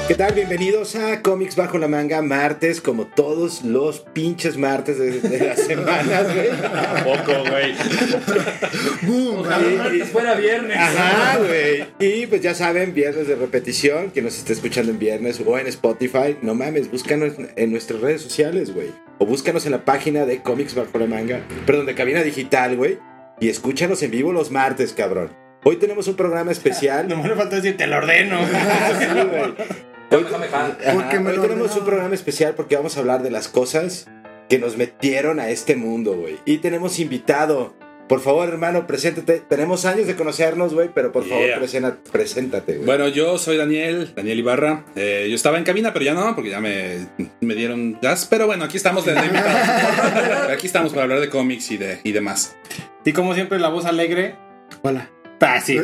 ¿Qué tal? Bienvenidos a Cómics Bajo la Manga, martes, como todos los pinches martes de las semanas, güey. ¿A poco, güey? Ojalá el martes fuera viernes. Ajá, güey. Y pues ya saben, viernes de repetición, que nos esté escuchando en viernes o en Spotify. No mames, búscanos en nuestras redes sociales, güey. O búscanos en la página de Cómics Bajo la Manga, perdón, de Cabina Digital, güey. Y escúchanos en vivo los martes, cabrón. Hoy tenemos un programa especial. No me falta decir, te lo ordeno. Sí, güey. Hoy tenemos un programa especial porque vamos a hablar de las cosas que nos metieron a este mundo, güey. Y tenemos invitado. Por favor, hermano, preséntate. Tenemos años de conocernos, güey, pero por favor, preséntate, güey. Bueno, yo soy Daniel Ibarra. Yo estaba en cabina, pero ya no, porque ya me dieron gas. Pero bueno, aquí estamos de invitados. Aquí estamos para hablar de cómics y demás. Y como siempre, la voz alegre. Hola. Ah, sí.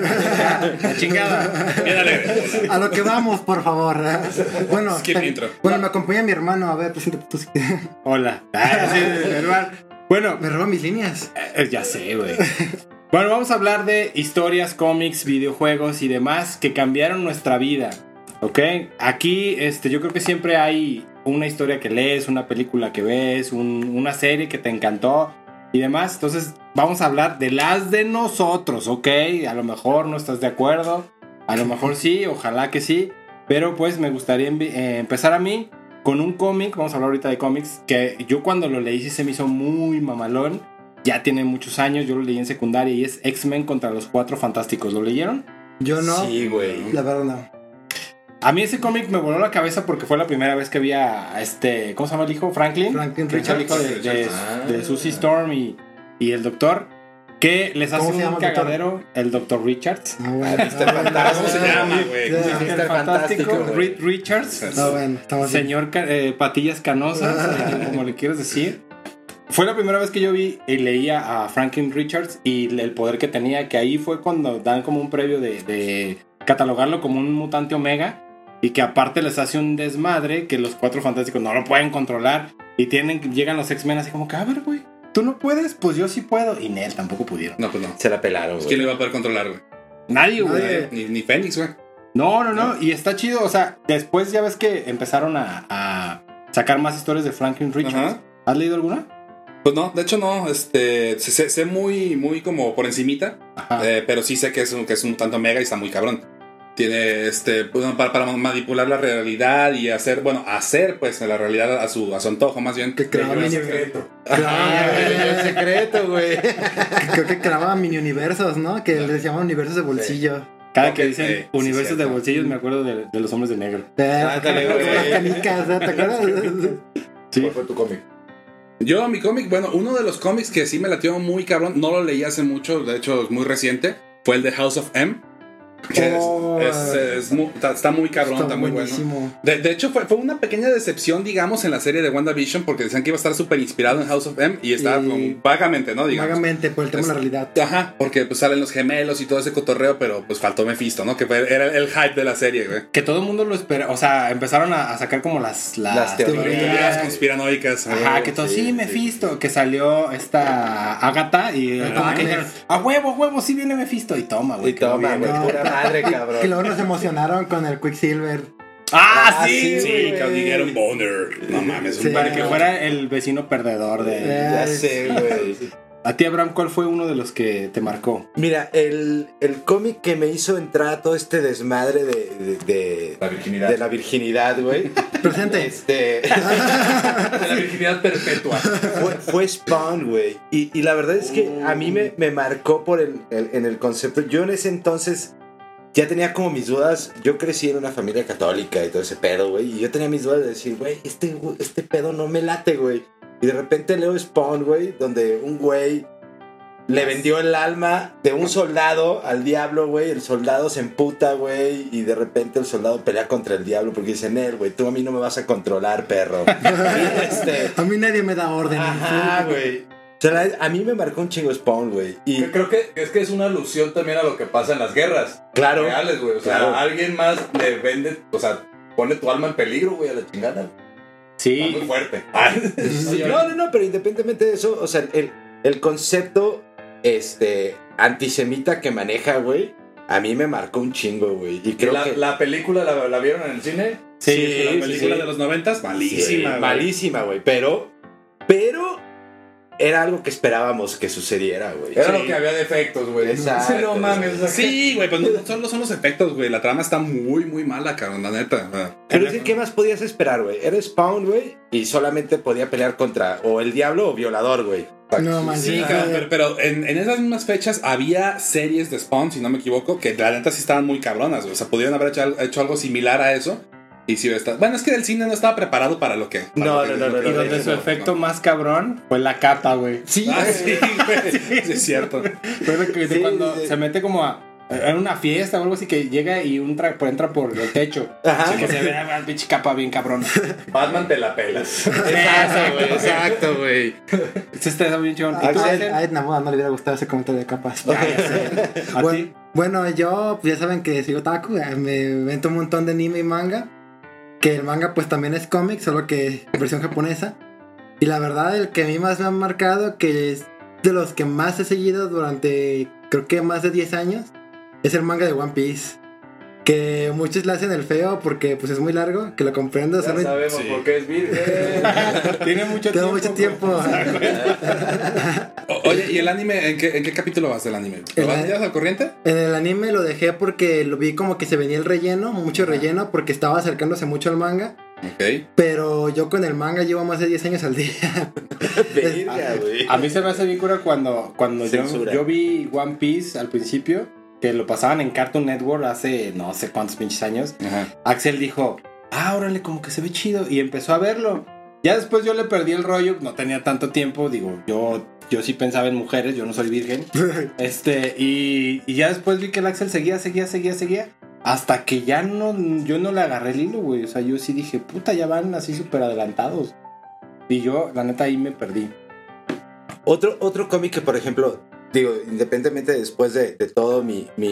La chingada. Bien alegre. A lo que vamos, por favor. Bueno, Skip intro. Bueno, me acompaña mi hermano. A ver, preséntate tú. Hola. Sí, hermano. Bueno, Me roba mis líneas. ya sé, güey. Bueno, vamos a hablar de historias, cómics, videojuegos y demás que cambiaron nuestra vida. ¿Ok? Aquí, yo creo que siempre hay una historia que lees, una película que ves, una serie que te encantó y demás. Entonces, vamos a hablar de las de nosotros, ¿ok? A lo mejor no estás de acuerdo, a lo mejor sí, ojalá que sí. Pero pues me gustaría empezar a mí con un cómic. Vamos a hablar ahorita de cómics que yo cuando lo leí sí se me hizo muy mamalón. Ya tiene muchos años, yo lo leí en secundaria y es X-Men contra los Cuatro Fantásticos. ¿Lo leyeron? Yo no. Sí, güey. La verdad no. A mí ese cómic me voló la cabeza porque fue la primera vez que vi a ¿cómo se llama el hijo? Franklin Richard, el hijo de Susie Storm y el doctor, que les hace un cagadero, el doctor Richards. No, bueno. Mr. Fantástico. ¿Cómo se llama, güey? Mr. Fantástico, Reed Richards. No, bueno, estamos bien. Señor Patillas Canosas, como le quieres decir. Fue la primera vez que yo vi y leía a Franklin Richards y el poder que tenía, que ahí fue cuando dan como un previo de catalogarlo como un mutante omega. Y que aparte les hace un desmadre que los Cuatro Fantásticos no lo pueden controlar. Y llegan los X-Men así como que, a ver, güey, ¿tú no puedes? Pues yo sí puedo. Y Nel tampoco pudieron. No, pues no. Se la pelaron, güey. ¿Quién le va a poder controlar, güey? Nadie, güey. Ni Fénix, güey. No. Y está chido. O sea, después ya ves que empezaron a sacar más historias de Franklin Richards. Ajá. ¿Has leído alguna? Pues no, de hecho no. Sé muy como por encimita. Ajá. Pero sí sé que es un mutante omega y está muy cabrón. Tiene para manipular la realidad y hacer pues la realidad a su antojo, más bien. Que creaba mini secreto. El secreto, güey. Creo que creaba mini universos, ¿no? Que les llamaban universos de bolsillo. Cada Ok, que dicen universos de cierto. bolsillos me acuerdo de los hombres de negro. Ándale, güey. Las canicas, ¿te acuerdas? Sí. ¿Cuál fue tu cómic? Mi cómic, uno de los cómics que sí me latió muy cabrón, no lo leí hace mucho, de hecho es muy reciente, fue el de House of M. Que está muy cabrón, está muy buenísimo. bueno. De hecho, fue una pequeña decepción, digamos, en la serie de WandaVision, porque decían que iba a estar súper inspirado en House of M y estaba vagamente, ¿no? Digamos. Vagamente, por el tema de la realidad. Ajá, porque pues salen los gemelos y todo ese cotorreo, pero pues faltó Mephisto, ¿no? Que era el hype de la serie, güey. Que todo el mundo lo espera. O sea, empezaron a sacar como las Teorías conspiranoicas. Ajá, que todo, sí, Mephisto. Que salió esta Agatha y como que dijeron, a huevo, sí viene Mephisto. Y toma, güey. Y toma, güey. Pura madre, Que cabrón. luego nos emocionaron con el Quicksilver. Sí, Sí, que dijeron Boner. No mames, Sí. para que fuera el vecino perdedor de... Ya sé, güey. A ti, Abraham, ¿cuál fue uno de los que te marcó? Mira, el cómic que me hizo entrar a todo este desmadre de La virginidad. de la virginidad, güey. Presente. De la virginidad perpetua. Fue Spawn, güey. Y la verdad es que a mí me marcó por en el concepto. Yo en ese entonces ya tenía como mis dudas. Yo crecí en una familia católica y todo ese pedo, güey. Y yo tenía mis dudas de decir, güey, este pedo no me late, güey. Y de repente leo Spawn, güey, donde un güey le vendió el alma de un soldado al diablo, güey. El soldado se emputa, güey. Y de repente el soldado pelea contra el diablo porque dice, Nel, güey, tú a mí no me vas a controlar, perro. A mí nadie me da orden. Ajá, güey. O sea, a mí me marcó un chingo Spawn, güey. Y Creo que es una alusión también a lo que pasa en las guerras claro, reales, güey. O sea, claro. alguien más le vende, o sea, pone tu alma en peligro, güey, a la chingada. Está muy Sí. fuerte. No, pero independientemente de eso, o sea, el concepto antisemita que maneja, güey, a mí me marcó un chingo, güey. Y creo que La película la vieron en el cine. Sí, La película de los 90s, malísima, güey. Malísima, güey. Pero era algo que esperábamos que sucediera, güey. Era lo que había defectos, güey. Exacto. No mames. o sea, Sí, güey, pues no solo son los efectos, güey. La trama está muy, muy mala, cabrón, la neta. Pero es que, ¿qué más podías esperar, güey? Era Spawn, güey, y solamente podía pelear contra o el diablo o violador, güey. No manches. Sí, cabrón, pero en esas mismas fechas había series de Spawn, si no me equivoco, que la neta sí estaban muy cabronas, güey. O sea, pudieron haber hecho algo similar a eso. Y sí, bueno, es que el cine no estaba preparado para lo que. No. Y donde su efecto más cabrón fue la capa, güey. Sí, Ah, sí, güey. Sí, es cierto. Fue lo que Sí, cuando sí. se mete como en una fiesta o algo así que llega y entra por el techo. Ajá. Que se ve la pinche capa bien cabrón. Batman te la pelas. Exacto, güey. Este está bien chingón. ¿Y tú, Axel? Axel? A Edna Moda no le hubiera gustado ese comentario de capas. Ya sé. ¿A ti? Bueno, yo, pues ya saben que soy otaku, me invento un montón de anime y manga. Que el manga pues también es cómic, solo que versión japonesa. Y la verdad, el que a mí más me ha marcado, que es de los que más he seguido durante creo que más de 10 años, es el manga de One Piece. Que muchos le hacen el feo porque pues es muy largo, que lo comprendo. Ya solo- sabemos Sí. por qué es virgen. Tiene mucho Tengo tiempo. mucho tiempo. Oye, ¿y el anime? ¿En qué capítulo vas del anime? ¿Lo vas ya al corriente? En el anime lo dejé porque lo vi como que se venía el relleno, mucho relleno, porque estaba acercándose mucho al manga. Ok. Pero yo con el manga llevo más de 10 años al día. Verga, güey. A mí se me hace bien cura cuando Censura. yo vi One Piece al principio, que lo pasaban en Cartoon Network hace no sé cuántos pinches años. Ajá. Axel dijo, órale, como que se ve chido, y empezó a verlo. Ya después yo le perdí el rollo, no tenía tanto tiempo, digo, yo sí pensaba en mujeres, yo no soy virgen. Y ya después vi que el Axel seguía, hasta que ya yo no le agarré el hilo, güey. O sea, yo sí dije, puta, ya van así súper adelantados. Y yo, la neta, ahí me perdí. Otro cómic que, por ejemplo, digo, independientemente después de todo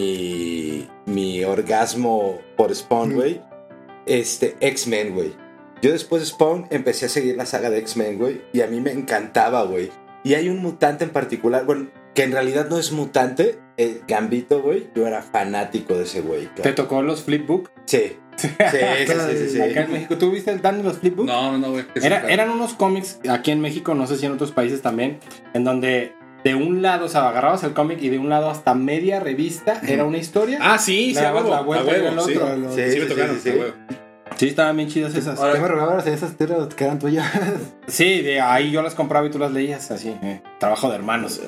mi orgasmo por Spawn, güey, X-Men, güey. Yo después de Spawn empecé a seguir la saga de X-Men, güey, y a mí me encantaba, güey. Y hay un mutante en particular, bueno, que en realidad no es mutante, Gambito, güey. Yo era fanático de ese güey. ¿Te tocó los flipbook? Sí. Sí. Acá en México, ¿tú viste el Dan de los flipbook? No, güey. Eran unos cómics aquí en México, no sé si en otros países también, en donde de un lado, o sea, agarrabas el cómic y de un lado hasta media revista era una historia. Ah, sí, Le a dabas huevo. la vuelta A y huevo, el sí. otro. Sí, me tocaron, sí. a huevo. Sí, estaban bien chidas esas. ¿Qué me robabas de esas tiras que eran tuyas? Sí, de ahí yo las compraba y tú las leías así. Trabajo de hermanos.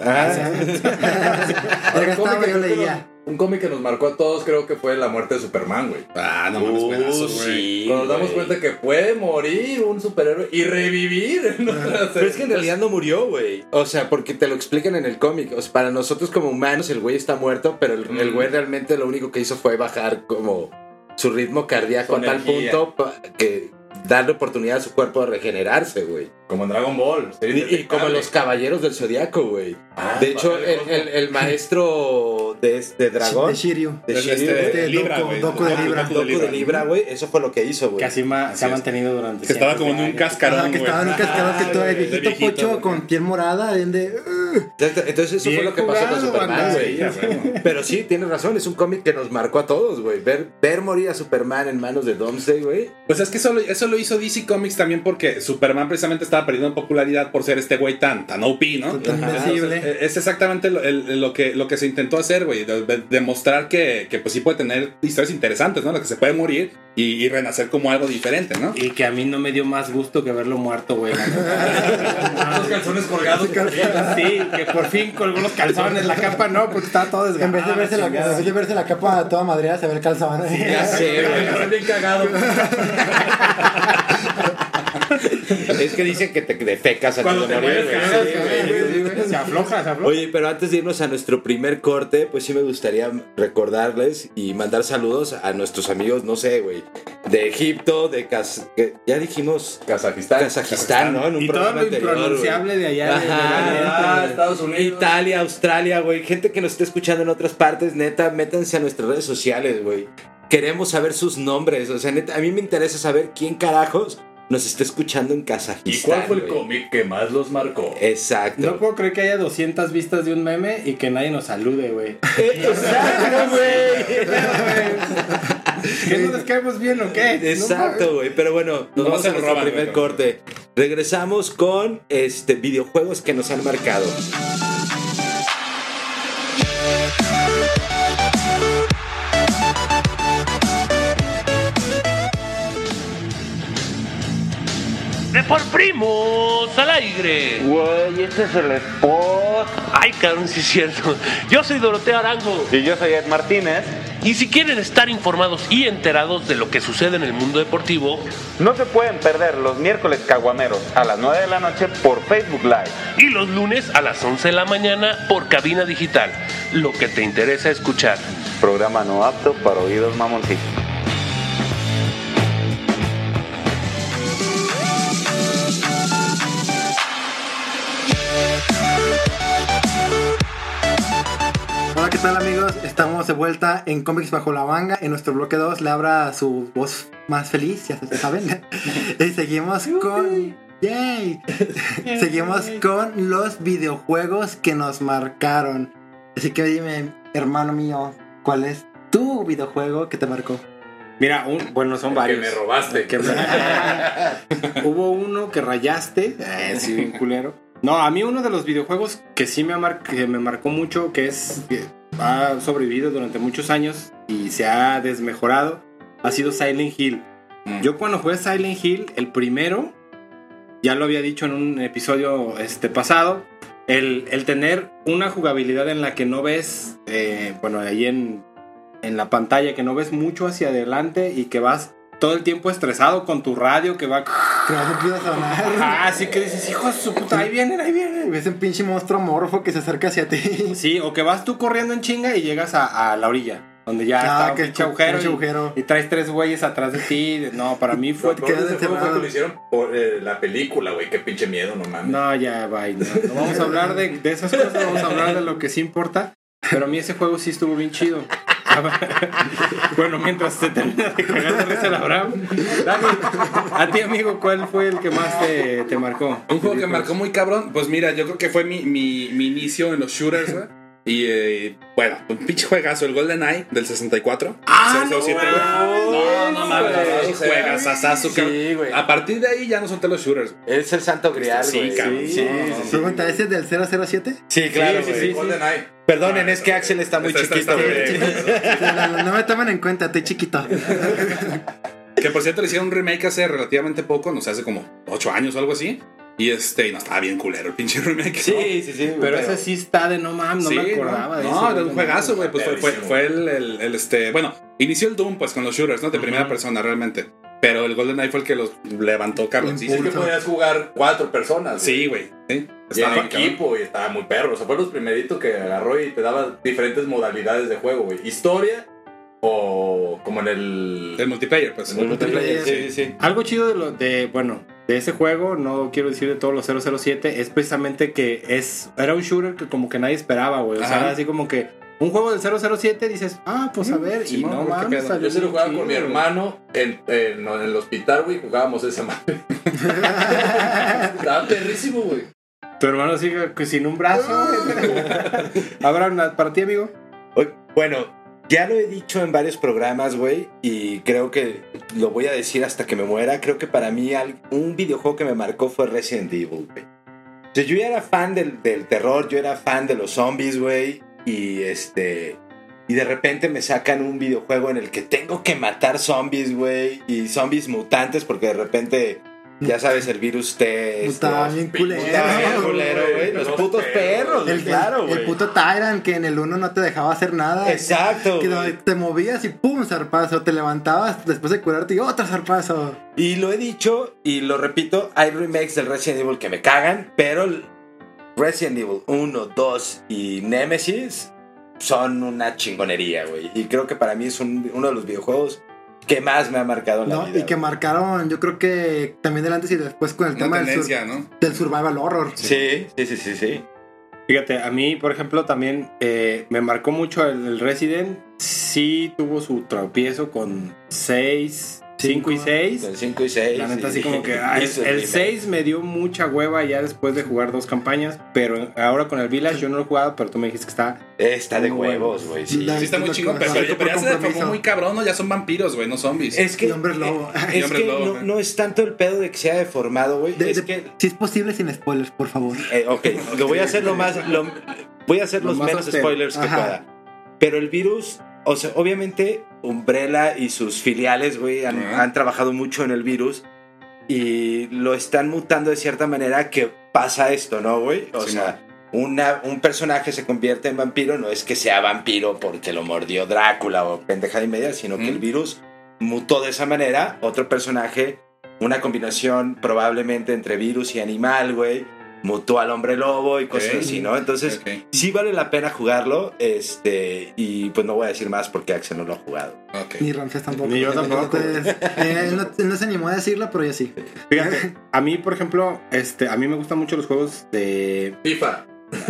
El que estaba yo leía. Un cómic que nos marcó a todos creo que fue la muerte de Superman, güey. Ah, no mames, buenazo, güey. sí, Cuando nos damos güey. cuenta que puede morir un superhéroe y revivir en otra Pero es que en realidad no murió, güey. O sea, porque te lo explican en el cómic. O sea, para nosotros como humanos el güey está muerto, pero el güey realmente lo único que hizo fue bajar como su ritmo cardíaco Su a tal energía. punto que darle oportunidad a su cuerpo de regenerarse, güey. Como en Dragon Ball. Y como en los Caballeros del Zodiaco, güey. Ah, De hecho, vale, el maestro de Dragón, De Shiryu. de Shiryu, güey, Libra, Doku- güey. Doku de Libra. Doku de Libra, güey, eso fue lo que hizo, güey. Que así se ha es. mantenido durante Que estaba cientos como en de un años. cascarón, Ajá, güey. que estaba en un cascarón que todo el de viejito viejito, pocho güey. con piel morada, bien de... Entonces eso Bien fue lo que pasó con jugado, Superman, banda. güey. Sí, a huevo. Pero sí, tienes razón, es un cómic que nos marcó a todos, güey. Ver morir a Superman en manos de Doomsday, güey. Pues es que eso lo hizo DC Comics también porque Superman precisamente estaba perdiendo popularidad por ser este güey tan OP, ¿no? Tan Ajá. invencible. Entonces, es exactamente lo que se intentó hacer, güey. Demostrar que pues sí puede tener historias interesantes, ¿no? Lo que se puede morir y renacer como algo diferente, ¿no? Y que a mí no me dio más gusto que verlo muerto, güey. Los calzones colgados. Sí, que por fin colgó los calzones, la capa no, porque estaba todo En desgarrado. vez de verse la capa toda madreada, se ve el calzón. Ya sé, güey. Bien cagado. Es que dicen que te defecas antes Cuando de te morir, mueres, güey. te Sí, güey. Se afloja. Oye, pero antes de irnos a nuestro primer corte, pues sí me gustaría recordarles y mandar saludos a nuestros amigos, no sé, güey, de Egipto, que ya dijimos Kazajistán, ¿no? En un Y todo programa lo anterior, impronunciable de allá. Ajá. Estados Unidos. Italia, Australia, güey. Gente que nos está escuchando en otras partes, neta, métanse a nuestras redes sociales, güey. Queremos saber sus nombres. O sea, neta, a mí me interesa saber quién carajos nos está escuchando en ¿Y Kazajistán. cuál fue el güey. cómic que más los marcó? Exacto. No puedo creer que haya 200 vistas de un meme y que nadie nos salude, güey. Exacto, güey. ¿Que no les caemos bien o qué? Exacto, güey. Pero bueno, nos vamos se a lo nuestro roban, primer güey. corte. Regresamos con videojuegos que nos han marcado. De por primos al aire. Güey, este es el spot. Ay, cabrón, sí es cierto. Yo soy Doroteo Arango. Y yo soy Ed Martínez. Y si quieren estar informados y enterados de lo que sucede en el mundo deportivo, No se pueden perder los miércoles caguameros a las 9 de la noche por Facebook Live. y los lunes a las 11 de la mañana por Cabina Digital, lo que te interesa escuchar. Programa no apto para oídos mamoncitos. Hola, ¿qué tal, amigos? Estamos de vuelta en Cómics Bajo la Manga. En nuestro bloque 2 le abra su voz más feliz, ya se saben. Y seguimos con... ¡Yay! Seguimos con los videojuegos que nos marcaron. Así que dime, hermano mío, ¿cuál es tu videojuego que te marcó? Mira, bueno, son varios. Que me robaste. Hubo uno que rayaste. Sí, bien culero. No, a mí uno de los videojuegos que sí que me marcó mucho, que ha sobrevivido durante muchos años y se ha desmejorado, ha sido Silent Hill. Yo cuando jugué Silent Hill, el primero, ya lo había dicho en un episodio pasado, el tener una jugabilidad en la que no ves, ahí en la pantalla, que no ves mucho hacia adelante y que vas todo el tiempo estresado con tu radio que va... Que no se empieza a sonar. Así que dices, hijo de su puta, ahí vienen, ahí vienen. Ves un pinche monstruo amorfo que se acerca hacia ti. Sí, o que vas tú corriendo en chinga y llegas a la orilla, donde ya está un que pinche agujero, pinche agujero. y traes 3 güeyes atrás de ti. No, para mí fue... Lo peor de ese juego fue encerrado. que lo hicieron por la película, güey. Qué pinche miedo, no mames. No, ya, bye. No vamos a hablar de esas cosas, vamos a hablar de lo que sí importa. Pero a mí ese juego sí estuvo bien chido. Bueno, mientras se termina de cagar de risa el Abraham, Dani, a ti, amigo, ¿cuál fue el que más te marcó? Un juego que marcó muy cabrón, pues mira, yo creo que fue mi inicio en los shooters, güey. Y bueno, un pinche juegazo, el GoldenEye del 64. ¡Ah, 007, no güey. No mames, güey. juegas asazo, Sí, güey. A partir de ahí ya no son los shooters. Es el santo grial, Sí, güey. cabrón. Sí, Pregunta, ¿ese es del 007? sí, claro, Sí, güey. sí, GoldenEye. Perdonen, es que Axel está muy Está chiquito, muy güey. bien. No me tomen en cuenta, estoy chiquito. Que por cierto le hicieron un remake hace relativamente poco, no sé, hace como 8 años o algo así. Y no estaba bien culero el pinche remake. ¿no? Sí, sí, sí. Pero ese sí está de no mames, no Sí, me acordaba de eso. No, era un juegazo, güey. Pues Perrísimo. fue el bueno, inició el Doom pues con los shooters, ¿no? De primera persona realmente. Pero el GoldenEye fue el que los levantó, Carlos. Sí, sí que podías jugar 4 personas. Sí, güey. Sí. Y en Estaba bien cabrón. equipo, y estaba muy perro. O sea, fue los primeritos que agarró y te daba diferentes modalidades de juego, güey. Historia o como en El multiplayer, pues. El multiplayer, sí, sí, sí. Algo chido de ese juego, no quiero decir de todos los 007, es precisamente que era un shooter que como que nadie esperaba, güey. O sea, Ajá. era así como que un juego del 007 dices, pues a ver, y Simón, no ¿qué mames. pedo? salió Yo se lo bien jugaba chido, con mi güey. hermano en el hospital, güey. Jugábamos esa madre. Estaba perrísimo, güey. Tu hermano sigue sin un brazo. Abraham, para ti, amigo. Bueno, ya lo he dicho en varios programas, güey, y creo que lo voy a decir hasta que me muera. Creo que para mí un videojuego que me marcó fue Resident Evil, güey. O sea, yo ya era fan del terror, yo era fan de los zombies, güey, y de repente me sacan un videojuego en el que tengo que matar zombies, güey, y zombies mutantes, porque de repente, ya sabes, el virus T... Estaba bien culero. Estaba bien culero, güey. Los putos perros, güey, claro, El güey. puto Tyrant que en el 1 no te dejaba hacer nada. Exacto, Que güey. te movías y pum, zarpazo. Te levantabas después de curarte y otro zarpazo. Y lo he dicho y lo repito, hay remakes del Resident Evil que me cagan, pero el Resident Evil 1, 2 y Nemesis son una chingonería, güey. Y creo que para mí es uno de los videojuegos que más me ha marcado en la ¿No? vida. Y que marcaron, yo creo que también del antes y después con el Una tema tendencia, ¿no? del survival horror. Sí, sí, sí, sí, sí. Fíjate, a mí, por ejemplo, también me marcó mucho el Resident. Sí tuvo su tropiezo con 6, 5 y 6. El 5 y 6. La neta, así como que Hizo el remake. 6 me dio mucha hueva ya después de jugar 2 campañas. Pero ahora con el Village yo no lo he jugado, pero tú me dijiste que está de muy huevos, güey. Sí. Sí, está muy chingón, pero ya se deformó muy cabrón, ¿no? Ya son vampiros, güey, no zombies. Es que. Y hombres lobo. Y Es hombres que lobo, no es tanto el pedo de que sea deformado, güey. Es que. Si es posible, sin spoilers, por favor. Ok, lo voy a hacer voy a hacer Lo los más menos austero. spoilers que Ajá. pueda. Pero el virus, o sea, obviamente Umbrella y sus filiales, güey, han trabajado mucho en el virus y lo están mutando de cierta manera que pasa esto, ¿no, güey? O Sí, sea, un personaje se convierte en vampiro, no es que sea vampiro porque lo mordió Drácula o pendejada y media, sino que el virus mutó de esa manera. Otro personaje, una combinación probablemente entre virus y animal, güey, mutó al hombre lobo y cosas así, ¿no? Entonces, sí vale la pena jugarlo, y pues no voy a decir más porque Axel no lo ha jugado. Ni Ramses tampoco. Ni yo tampoco. Entonces, él no se animó a decirlo, pero yo sí. Fíjate, a mí, por ejemplo, a mí me gustan mucho los juegos de... FIFA.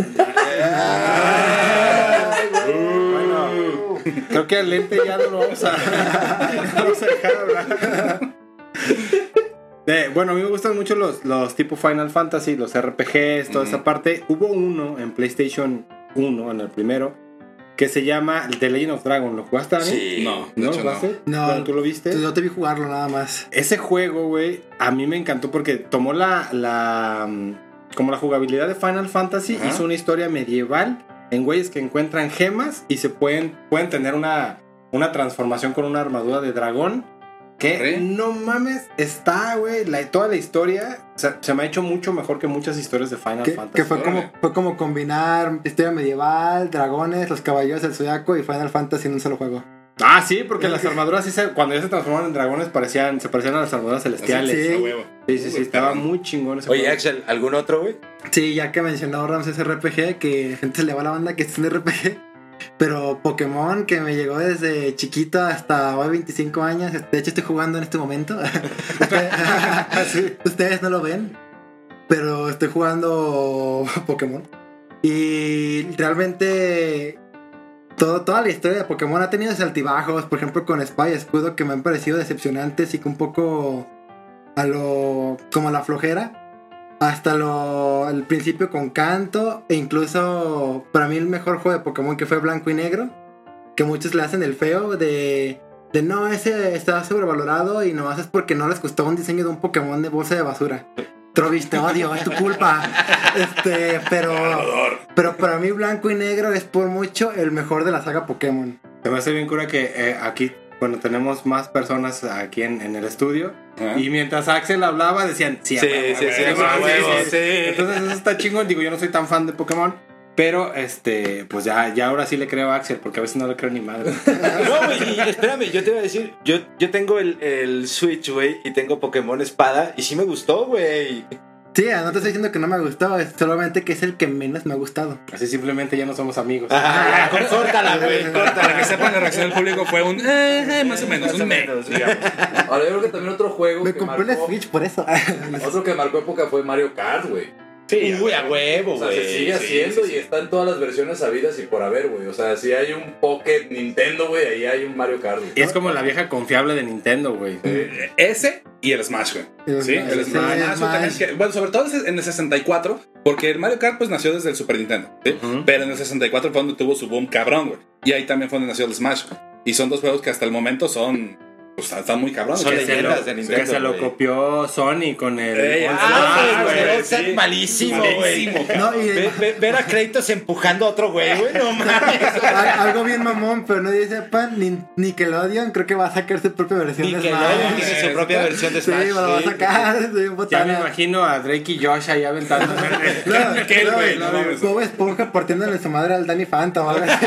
Bueno, creo que al lente ya no lo vamos a dejar hablar. Bueno, a mí me gustan mucho los tipo Final Fantasy, los RPGs, toda esa parte. Hubo uno en PlayStation 1, en el primero, que se llama The Legend of Dragon. ¿Lo jugaste, Dani? Sí. No, de ¿No lo hecho jugaste? No. Bueno, ¿tú lo viste? Yo te vi jugarlo nada más. Ese juego, güey, a mí me encantó porque tomó como la jugabilidad de Final Fantasy, hizo una historia medieval en güeyes que encuentran gemas y se pueden tener una transformación con una armadura de dragón. Que no mames, está, güey, toda la historia se me ha hecho mucho mejor que muchas historias de Final Fantasy. Que fue como combinar historia medieval, dragones, los caballeros del Zodiaco y Final Fantasy en un solo juego. Ah, sí, porque las armaduras cuando ya se transformaron en dragones se parecían a las armaduras celestiales. Sí. A huevo. Sí, estaba muy chingón ese Oye, juego. Axel, ¿algún otro, güey? Sí, ya que mencionó Ramses RPG, que gente se le va la banda que es un RPG. Pero Pokémon, que me llegó desde chiquito hasta hoy 25 años. De hecho, estoy jugando en este momento. Ustedes no lo ven, pero estoy jugando Pokémon. Y realmente toda la historia de Pokémon ha tenido sus altibajos. Por ejemplo, con Espada y Escudo, que me han parecido decepcionantes y que un poco como la flojera. Hasta el principio con Kanto. E incluso para mí el mejor juego de Pokémon, que fue Blanco y Negro, que muchos le hacen el feo de no, ese está sobrevalorado y nomás es porque no les gustó un diseño de un Pokémon de bolsa de basura. Trobis, te odio, es tu culpa. Pero para mí Blanco y Negro es por mucho el mejor de la saga Pokémon. Se me hace bien cura que aquí, bueno, tenemos más personas aquí en el estudio. Y mientras Axel hablaba, decían, sí. Entonces eso está chingón. Digo, yo no soy tan fan de Pokémon, pero pues ya ahora sí le creo a Axel, porque a veces no le creo ni madre. No, güey, y espérame, yo te iba a decir, yo tengo el Switch, güey, y tengo Pokémon Espada, y sí me gustó, güey. Sí, no te estoy diciendo que no me ha gustado, es solamente que es el que menos me ha gustado. Así simplemente ya no somos amigos. Córtala, güey, Para córtala. que sepan, la reacción del público fue un más o menos, un me. digamos. Ahora, yo creo que también otro juego Me que compré la marcó, Switch por eso. otro que marcó época fue Mario Kart, güey. Sí, güey, a huevo, O sea, güey. se sigue haciendo y está en todas las versiones habidas y por haber, güey. O sea, si hay un Pocket Nintendo, güey, ahí hay un Mario Kart, güey. Y es como la vieja confiable de Nintendo, güey. Ese y el Smash, güey. Sí, el Smash. También bueno, sobre todo en el 64, porque el Mario Kart pues nació desde el Super Nintendo, ¿sí? Pero en el 64 fue donde tuvo su boom cabrón, güey. Y ahí también fue donde nació el Smash. Y son dos juegos que hasta el momento son... Pues están muy cabrones. Son Que se leyendas lo- de Nintendo, Que se lo güey. copió Sony con el... Pero sí. malísimo, güey. Malísimo, No, y Ver a Kratos empujando a otro güey, no mames. algo bien mamón, pero nadie sepa, Nickelodeon creo que va a sacar su propia versión de Nickelodeon Smash. tiene su propia versión de Sí, Smash. me lo va a sacar. Sí, Ya me botana. imagino a Drake y Josh ahí aventando. ¿Qué, güey? No mames. Bob Esponja partiéndole su madre al Danny Phantom. Algo así.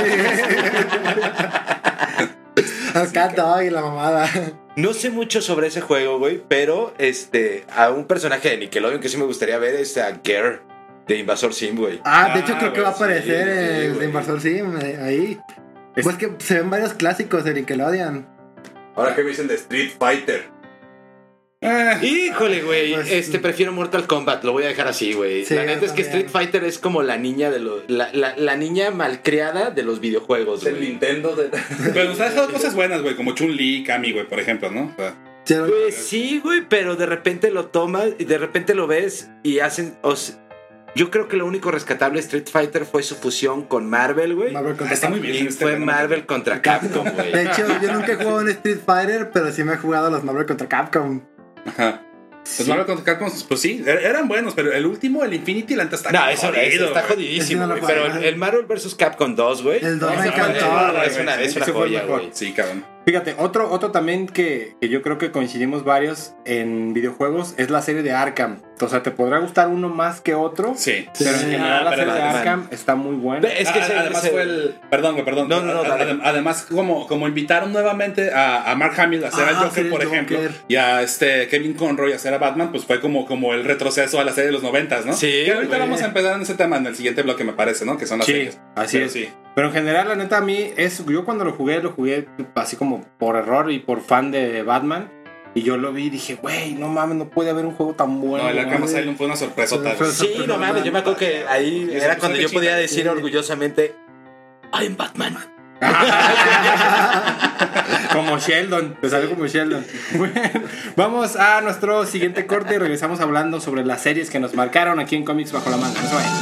Al Cat Dog y la mamada. No sé mucho sobre ese juego, güey, pero a un personaje de Nickelodeon que sí me gustaría ver es a Gare de Invasor Sim, güey. De hecho creo que va a sí, aparecer sí, el güey. Invasor Sim ahí. Pues que se ven varios clásicos de Nickelodeon. Ahora, ¿qué me dicen de Street Fighter? Híjole, güey, Pues, prefiero Mortal Kombat, lo voy a dejar así, güey. Sí, la neta yo es que también. Street Fighter es como la niña de los la niña malcriada de los videojuegos, Es el güey. Nintendo de... Pero nos ha dejado cosas buenas, güey, como Chun-Li, Kami, güey, por ejemplo, ¿no? O sea, Pues sí, güey, pero de repente lo tomas y de repente lo ves y hacen... yo creo que lo único rescatable de Street Fighter fue su fusión con Marvel, güey. Está muy bien. Y fue Marvel contra Capcom, güey. De hecho, yo nunca he jugado en Street Fighter, pero sí me he jugado los Marvel contra Capcom. Ajá. Los Marvel contra Capcom, pues sí, eran buenos, pero el último, el Infinity, la neta está jodido. Está jodidísimo, güey. Pero el Marvel vs. Capcom 2, güey. El 2 me encantó. Es una joya, güey. Sí, cabrón. Fíjate, otro también que yo creo que coincidimos varios en videojuegos es la serie de Arkham. O sea, te podrá gustar uno más que otro. Sí. Pero en general la pero serie de Arkham está muy buena. Es que además fue el... Perdón. No, Además, como invitaron nuevamente a Mark Hamill a hacer al Joker, por ejemplo, y a Kevin Conroy a hacer a Batman, pues fue como el retroceso a la serie de los 90s, ¿no? Sí. Que ahorita vamos a empezar en ese tema en el siguiente bloque, me parece, ¿no? Que son las series. Así es. Sí. Pero en general, la neta, a mí yo cuando lo jugué así como por error y por fan de Batman. Y yo lo vi y dije, güey, no mames, no puede haber un juego tan bueno. No, el Arkham Asylum fue una sorpresota. Sí, no mames, yo me acuerdo que ahí era cuando yo podía decir orgullosamente, I'm Batman. Como Sheldon, te salió como Sheldon. Bueno, vamos a nuestro siguiente corte y regresamos hablando sobre las series que nos marcaron aquí en Comics Bajo la Manga. No se vayan.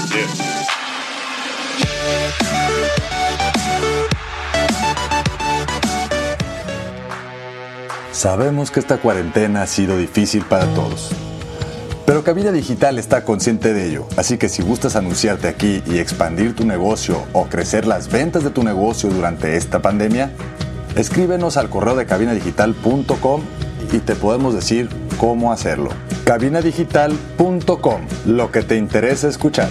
Sabemos que esta cuarentena ha sido difícil para todos, pero Cabina Digital está consciente de ello, así que si gustas anunciarte aquí y expandir tu negocio o crecer las ventas de tu negocio durante esta pandemia, escríbenos al correo de cabinadigital.com y te podemos decir cómo hacerlo. cabinadigital.com, lo que te interesa escuchar.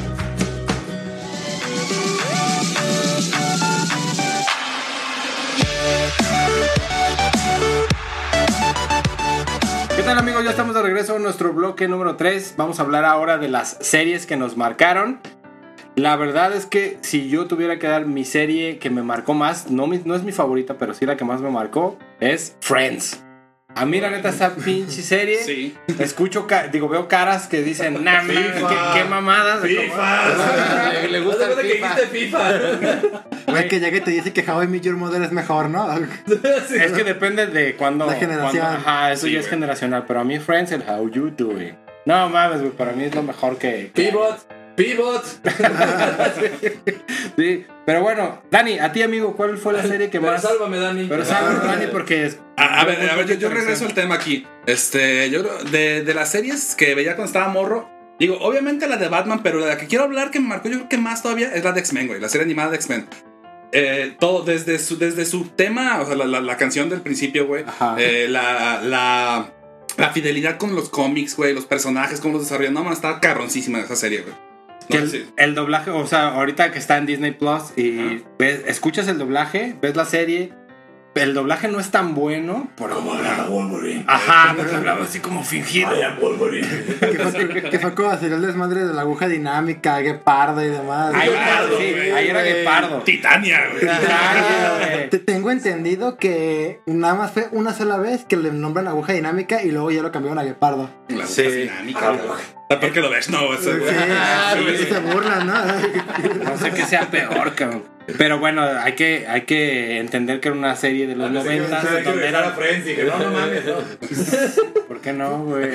¿Qué tal, amigos? Ya estamos de regreso en nuestro bloque número 3. Vamos a hablar ahora de las series que nos marcaron. La verdad es que si yo tuviera que dar mi serie que me marcó más, no es mi favorita, pero sí la que más me marcó, es Friends. A mí, la neta, esta pinche serie. Sí. Escucho, veo caras que dicen, nah, qué mamadas. FIFA. Le gusta que dijiste FIFA. Güey, que ya que te dice que How I Met Your Mother es mejor, ¿no? Es que depende de cuándo. La generación. Ajá, eso ya es generacional. Pero a mí, Friends, el How You Doing. No mames, güey, para mí es lo mejor que... Pivot. Sí, pero bueno, Dani, a ti, amigo, ¿cuál fue la serie que más? Sálvame, Dani. Pero sálvame, Dani, porque es... A ver, yo regreso al tema aquí. Yo de las series que veía cuando estaba morro, digo, obviamente la de Batman, pero la que quiero hablar que me marcó yo creo que más todavía es la de X-Men, güey, la serie animada de X-Men. Todo desde su tema, o sea, la canción del principio, güey, la fidelidad con los cómics, güey, los personajes, cómo los desarrollan, no, man, está cabroncísima esa serie, güey. El doblaje, o sea, ahorita que está en Disney Plus y escuchas el doblaje, ves la serie, el doblaje no es tan bueno. Como hablaba Wolverine. Ajá, porque hablaba así como fingido. Wolverine. que fue como hacer el desmadre de la aguja dinámica, Guepardo y demás. Ahí era Guepardo. Titania, güey. Tengo entendido que nada más fue una sola vez que le nombran aguja dinámica y luego ya lo cambiaron a Guepardo. La aguja dinámica, güey. ¿Por qué lo ves? No, eso, güey. Sí, se burlan, ¿no? No sé qué sea peor, cabrón. Pero bueno, hay que entender que era una serie de los 90 donde era Friends y que no mames, no. ¿Por qué no, güey?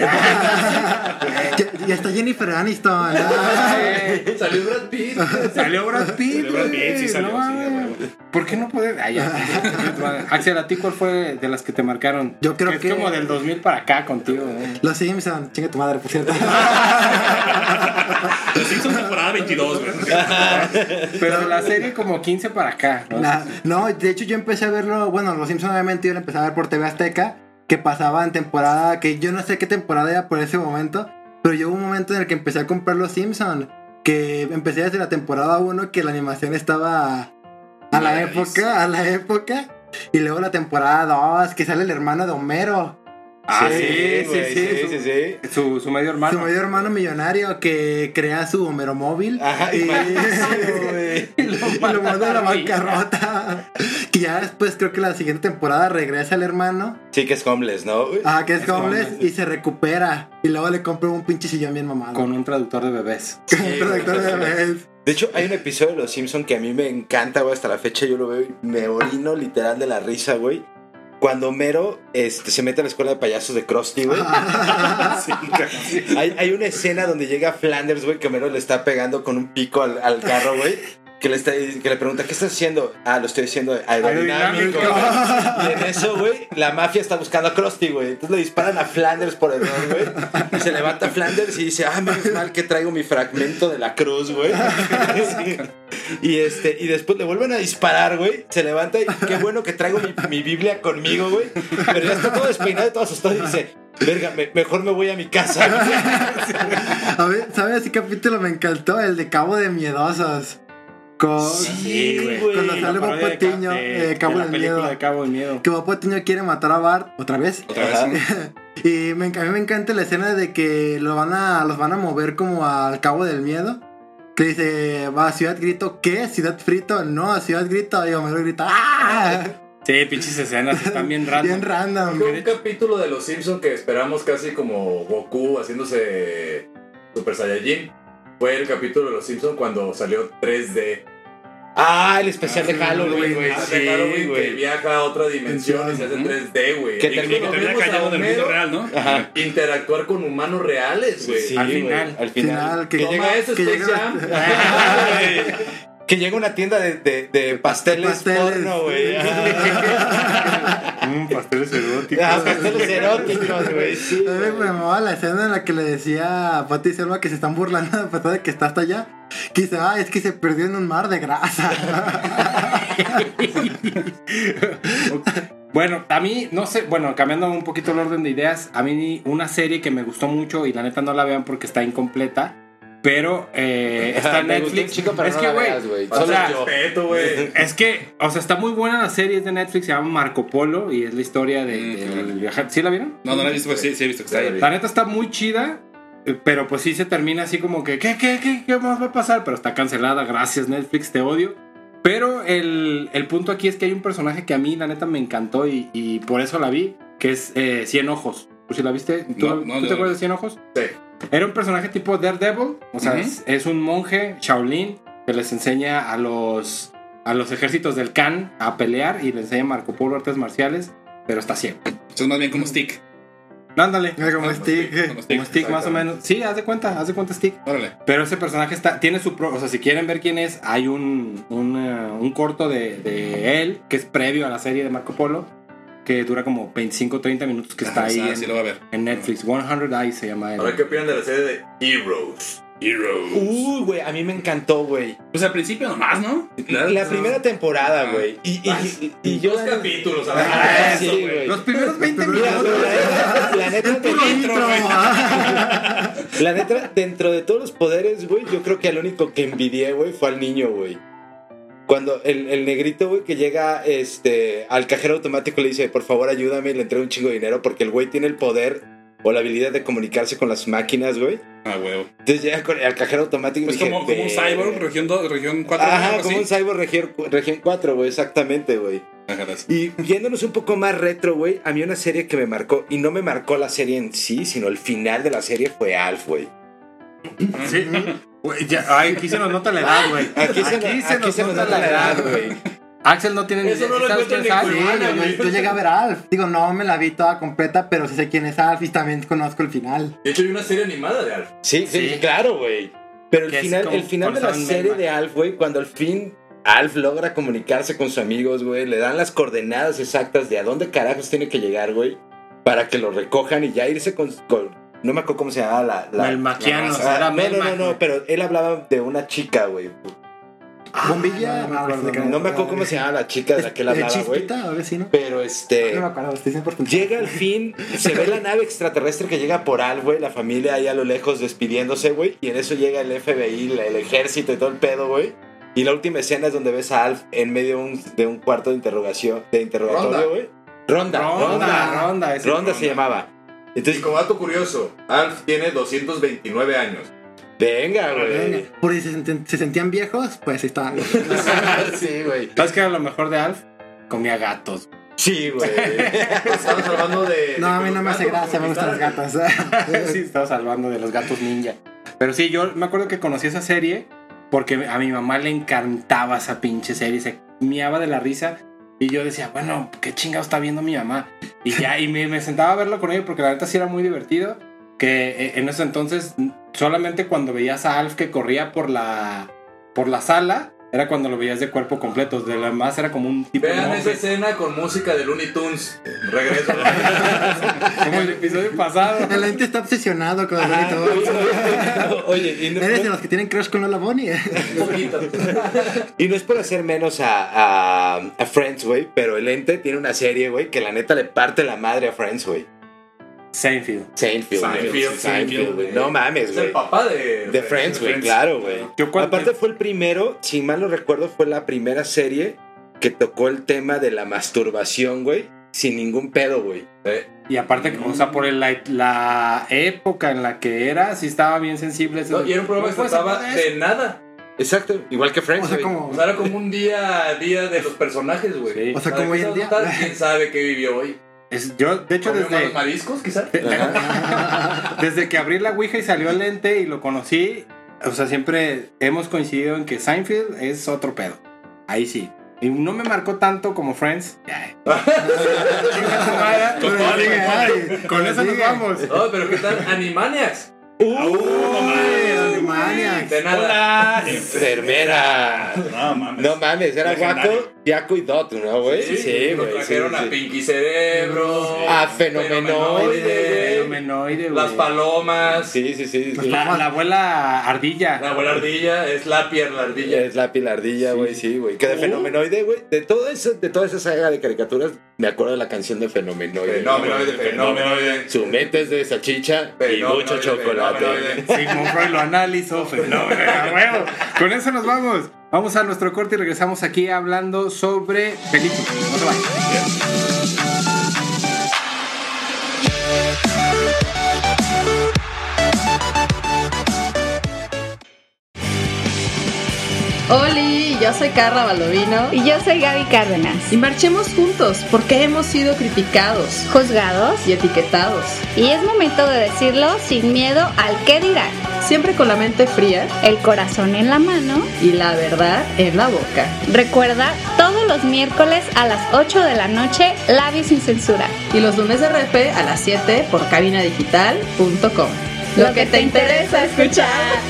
Y hasta Jennifer Aniston. Salió Brad Pitt. Salió Brad Pitt, sí salió. ¿Por qué no puede? Axel, ¿a ti cuál fue de las que te marcaron? Yo creo que es como del 2000 para acá contigo. Los Simpsons, chinga tu madre, por cierto. Los Simpsons temporada 22, güey. Pero la serie como 15 para acá, ¿no? No, de hecho yo empecé a verlo, bueno, Los Simpsons obviamente yo lo empecé a ver por TV Azteca, que pasaba en temporada, que yo no sé qué temporada era por ese momento, pero llegó un momento en el que empecé a comprar Los Simpsons, que empecé desde la temporada 1, que la animación estaba a la época, y luego la temporada 2, que sale el hermano de Homero. Sí. Su medio hermano. Su medio hermano millonario que crea su Homero móvil. Ajá, y lo manda a la bancarrota. Que ya después creo que la siguiente temporada regresa el hermano. Sí, que es homeless, ¿no? Que es homeless y se recupera. Y luego le compra un pinche sillón bien mamado. Con un traductor de bebés. De hecho, hay un episodio de Los Simpsons que a mí me encanta, güey. Hasta la fecha yo lo veo y me orino literal de la risa, güey. cuando Homero se mete a la escuela de payasos de Krusty, güey. Hay una escena donde llega Flanders, güey, que Homero le está pegando con un pico al carro, güey. Que le pregunta, ¿qué estás haciendo? Ah, lo estoy haciendo aerodinámico. Y en eso, güey, la mafia está buscando a Krusty, güey. Entonces le disparan a Flanders por error, güey. Y se levanta Flanders y dice, menos mal que traigo mi fragmento de la cruz, güey. Y después le vuelven a disparar, güey. Se levanta y qué bueno que traigo mi Biblia conmigo, güey. Pero ya está todo despeinado y todo asustado y dice, verga, mejor me voy a mi casa. A ver, ¿sabes qué capítulo me encantó? El de Cabo de Miedosos. Sí, güey. Cuando sale Bob Patiño, Cabo del Miedo. De Cabo del Miedo. Que Bob Patiño quiere matar a Bart otra vez. Y a mí me encanta la escena de que los van a mover como al Cabo del Miedo. Que dice, va a Ciudad Grito. ¿Qué? ¿Ciudad Frito? No, a Ciudad Grito. Y Homero grita, ¡ah! Sí, pinches escenas están bien random. Bien random. Un capítulo de Los Simpsons que esperamos casi como Goku haciéndose Super Saiyajin. Fue el capítulo de Los Simpsons cuando salió 3D. El especial de Halloween, güey. Sí, Halloween, que viaja a otra dimensión y se hace 3D, güey. Que termina cayendo en el mundo real, ¿no? Ajá. Interactuar con humanos reales, güey. Sí, al final. Que llega eso, Space Jam. Que llega una tienda de pasteles porno, güey. Pasteles eróticos. Pasteles eróticos, güey. Sí, me mamaba la escena en la que le decía a Pati y Selma que se están burlando a pesar de que está hasta allá. Que dice, es que se perdió en un mar de grasa. Bueno, a mí, no sé, cambiando un poquito el orden de ideas, a mí una serie que me gustó mucho y la neta no la vean porque está incompleta. Pero está en Netflix. Chico, pero es no que, güey. O sea, respeto, güey. es que, o sea, está muy buena la serie, es de Netflix, se llama Marco Polo y es la historia del viajante. ¿Sí la vieron? No la he visto, pues sí he visto que está ahí. La neta está muy chida, pero pues sí se termina así como que, ¿qué más va a pasar? Pero está cancelada, gracias Netflix, te odio. Pero el punto aquí es que hay un personaje que a mí, la neta, me encantó y por eso la vi, que es 100 Ojos. ¿Tú sí la viste? ¿Tú te acuerdas de 100 Ojos? Sí. Era un personaje tipo Daredevil, o sea, es un monje Shaolin que les enseña a los ejércitos del Khan a pelear y le enseña a Marco Polo artes marciales, pero está ciego. Eso es más bien como Stick. Ándale. Como Stick. Como Stick más o menos. Sí, haz de cuenta Stick. Órale. Pero ese personaje tiene su o sea, si quieren ver quién es, hay un corto de él que es previo a la serie de Marco Polo, que dura como 25-30 minutos, que está ahí sí lo va a ver. en Netflix. 100 Eyes se llama él. Ahora, ¿qué opinan de la serie de Heroes? Güey, a mí me encantó, güey. Pues al principio nomás, ¿no? La primera temporada, güey. Y yo... Dos capítulos, sí, güey. Los primeros 20 minutos. La neta, dentro de todos los poderes, güey, yo creo que el único que envidié, güey, fue al niño, güey. Cuando el negrito, güey, que llega al cajero automático le dice, por favor, ayúdame, y le entrega un chingo de dinero porque el güey tiene el poder o la habilidad de comunicarse con las máquinas, güey. Huevo. Entonces llega al cajero automático pues y dije, como un cyborg, región 4. Ajá, como un cyborg región 4, güey, exactamente, güey. Y yéndonos un poco más retro, güey, a mí una serie que me marcó, y no me marcó la serie en sí, sino el final de la serie fue Alf, güey. Sí. Aquí se nos nota la edad, güey. Aquí se nos nota la edad, güey. Axel no tiene ni idea. Eso no lo encuentro en Yo llegué a ver a Alf. Digo, no me la vi toda completa, pero sí sé quién es Alf y también conozco el final. De hecho, hay una serie animada de Alf. Sí, claro, güey. Pero el final de la serie de Alf, güey, cuando al fin Alf logra comunicarse con sus amigos, güey, le dan las coordenadas exactas de a dónde carajos tiene que llegar, güey, para que lo recojan y ya irse con no me acuerdo cómo se llamaba la Melmaquiano. No, pero él hablaba de una chica, güey. Bombilla. No me acuerdo cómo se llamaba la chica de la que él hablaba, güey. Chispita, o vecino. Pero no me acuerdo, estoy 100%. llega al fin, se ve la nave extraterrestre que llega por Alf, güey, la familia ahí a lo lejos despidiéndose, güey, y en eso llega el FBI, el ejército y todo el pedo, güey. Y la última escena es donde ves a Alf en medio de un cuarto de interrogatorio, güey. Ronda se llamaba. Entonces, como dato curioso, Alf tiene 229 años. Venga, güey. Por si se sentían viejos, pues estaban. Sí, güey. ¿Sabes qué era lo mejor de Alf? Comía gatos. Sí, güey. Estamos hablando de... No, a mí no me hace gracia, me gustan los gatos. Sí, estaba hablando de los gatos ninja. Pero sí, yo me acuerdo que conocí esa serie porque a mi mamá le encantaba esa pinche serie. Se miaba de la risa. Y yo decía, bueno, ¿qué chingado está viendo mi mamá? Y ya, y me sentaba a verlo con ellos porque la neta sí era muy divertido. Que en ese entonces, solamente cuando veías a Alf que corría por la sala, era cuando lo veías de cuerpo completo. De lo demás era como un tipo Vean esa escena con música de Looney Tunes. Regreso. como el episodio pasado. El ente está obsesionado con el Oye, y Eres de los que tienen crush con Lola Bunny. Un poquito. y no es por hacer menos a Friends, güey, pero el ente tiene una serie, güey, que la neta le parte la madre a Friends, güey. Seinfeld. Seinfeld, güey. No mames, Es güey. el papá de Friends, güey, claro, güey. Aparte fue el primero, si mal no recuerdo, fue la primera serie que tocó el tema de la masturbación, güey, sin ningún pedo, güey. Y aparte, o sea, por la época en la que era, sí estaba bien sensible. No, y era un programa que trataba de nada. Exacto, igual que Friends, O sea, güey. como, O sea, era como un día a día de los personajes, güey. Sí. o sea, como hoy en día. ¿Quién sabe qué vivió hoy? Yo, de hecho, ¿Comió desde malos mariscos, quizás? desde que abrí la Ouija y salió el lente y lo conocí, o sea, siempre hemos coincidido en que Seinfeld es otro pedo. Ahí sí. Y no me marcó tanto como Friends. Ya. Con eso nos vamos. No, pero ¿qué tal? Animaniacs. Animaniacs. De nada. Enfermera. No mames. No mames, era Guaco, Yaco y Dot, ¿no, güey? Nos trajeron a Pinky Cerebro. A Fenomenoide. Fenomenoide, güey. Las palomas. Sí. La abuela ardilla. La abuela ardilla. Es la ardilla. Es la pilardilla, güey, sí, güey. Que de Fenomenoide, güey. De toda esa saga de caricaturas, me acuerdo de la canción de Fenomenoide. Fenomenoide. Su mente es de salchicha y mucho chocolate. Sigmund Freud lo analizó. Fenómeno, a huevo. Con eso nos vamos. Vamos a nuestro corte y regresamos aquí hablando sobre películas. No se vayan. Oli, yo soy Carla Baldovino Y yo soy Gaby Cárdenas. y marchemos juntos porque hemos sido criticados Juzgados. y etiquetados, Y es momento de decirlo sin miedo al qué dirán. siempre con la mente fría El corazón en la mano. y la verdad en la boca. Recuerda, todos los miércoles a las 8 de la noche, Labios sin censura. Y los lunes de repe a las 7 por cabinadigital.com. Lo que te interesa escuchar.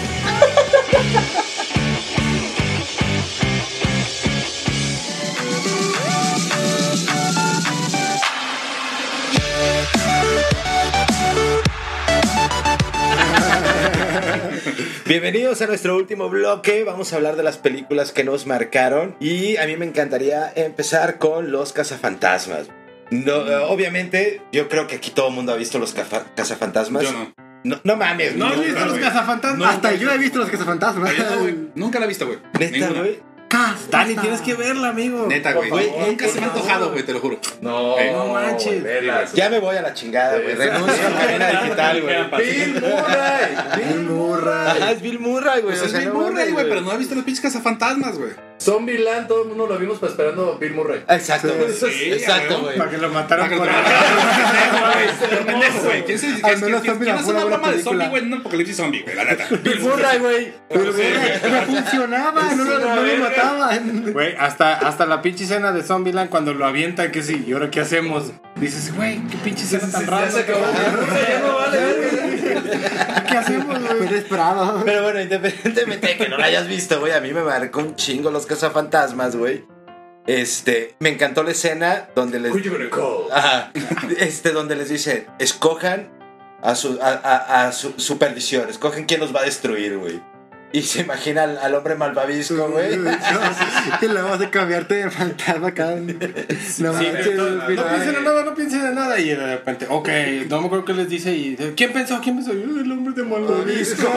Bienvenidos a nuestro último bloque. Vamos a hablar de las películas que nos marcaron. Y a mí me encantaría empezar con Los Cazafantasmas. No, obviamente, yo creo que aquí todo el mundo ha visto Los Cazafantasmas. Yo no. No mames. ¿No has güey. visto los cazafantasmas? Hasta yo he visto los cazafantasmas. Nunca la he visto, güey. Neta, Ninguna. güey. Dani, tienes que verla, amigo. Neta, güey. Güey, Nunca se me ha antojado, güey, te lo juro. No, No manches. velas. Ya me voy a la chingada, güey. Renuncio a Cabina Digital, güey. Bill Murray. Bill Murray. Ajá, es Bill Murray, güey. Pues o es sea, Bill no Murray, mames, güey, pero no ha visto los pinches cazafantasmas, güey. Zombieland, todo el mundo lo vimos esperando a Bill Murray. Exacto, güey. Sí, Exacto, güey. güey. Para que lo mataran por Pendejo, güey. ¿Quién Al menos Zombie quién la hace fue una una buena broma de película. zombie, güey? En un apocalipsis zombie, güey, la neta. Bill Murray, güey. Pero funcionaba, no lo mataban. Güey, hasta la pinche escena de Zombieland cuando lo avientan, que sí, ¿y ahora qué hacemos? Dices, güey, qué pinche escena tan rara. Ya se acabó. Ya no vale, güey. ¿Qué hacemos, güey? Fue inesperado. Pero bueno, independientemente de que no la hayas visto, güey, a mí me marcó un chingo Los Cazafantasmas, güey. Me encantó la escena donde les... Who you gonna call? Ajá. Donde les dice, escojan a su perdición, escogen quién los va a destruir, güey. Y se imagina al hombre malvavisco, güey. Y le vas a cambiarte de fantasma cada. No Sí, manches, no piensen en nada, no piensen en nada. Y de repente, ok, no me acuerdo qué les dice. Y ¿quién pensó? El hombre de malvavisco.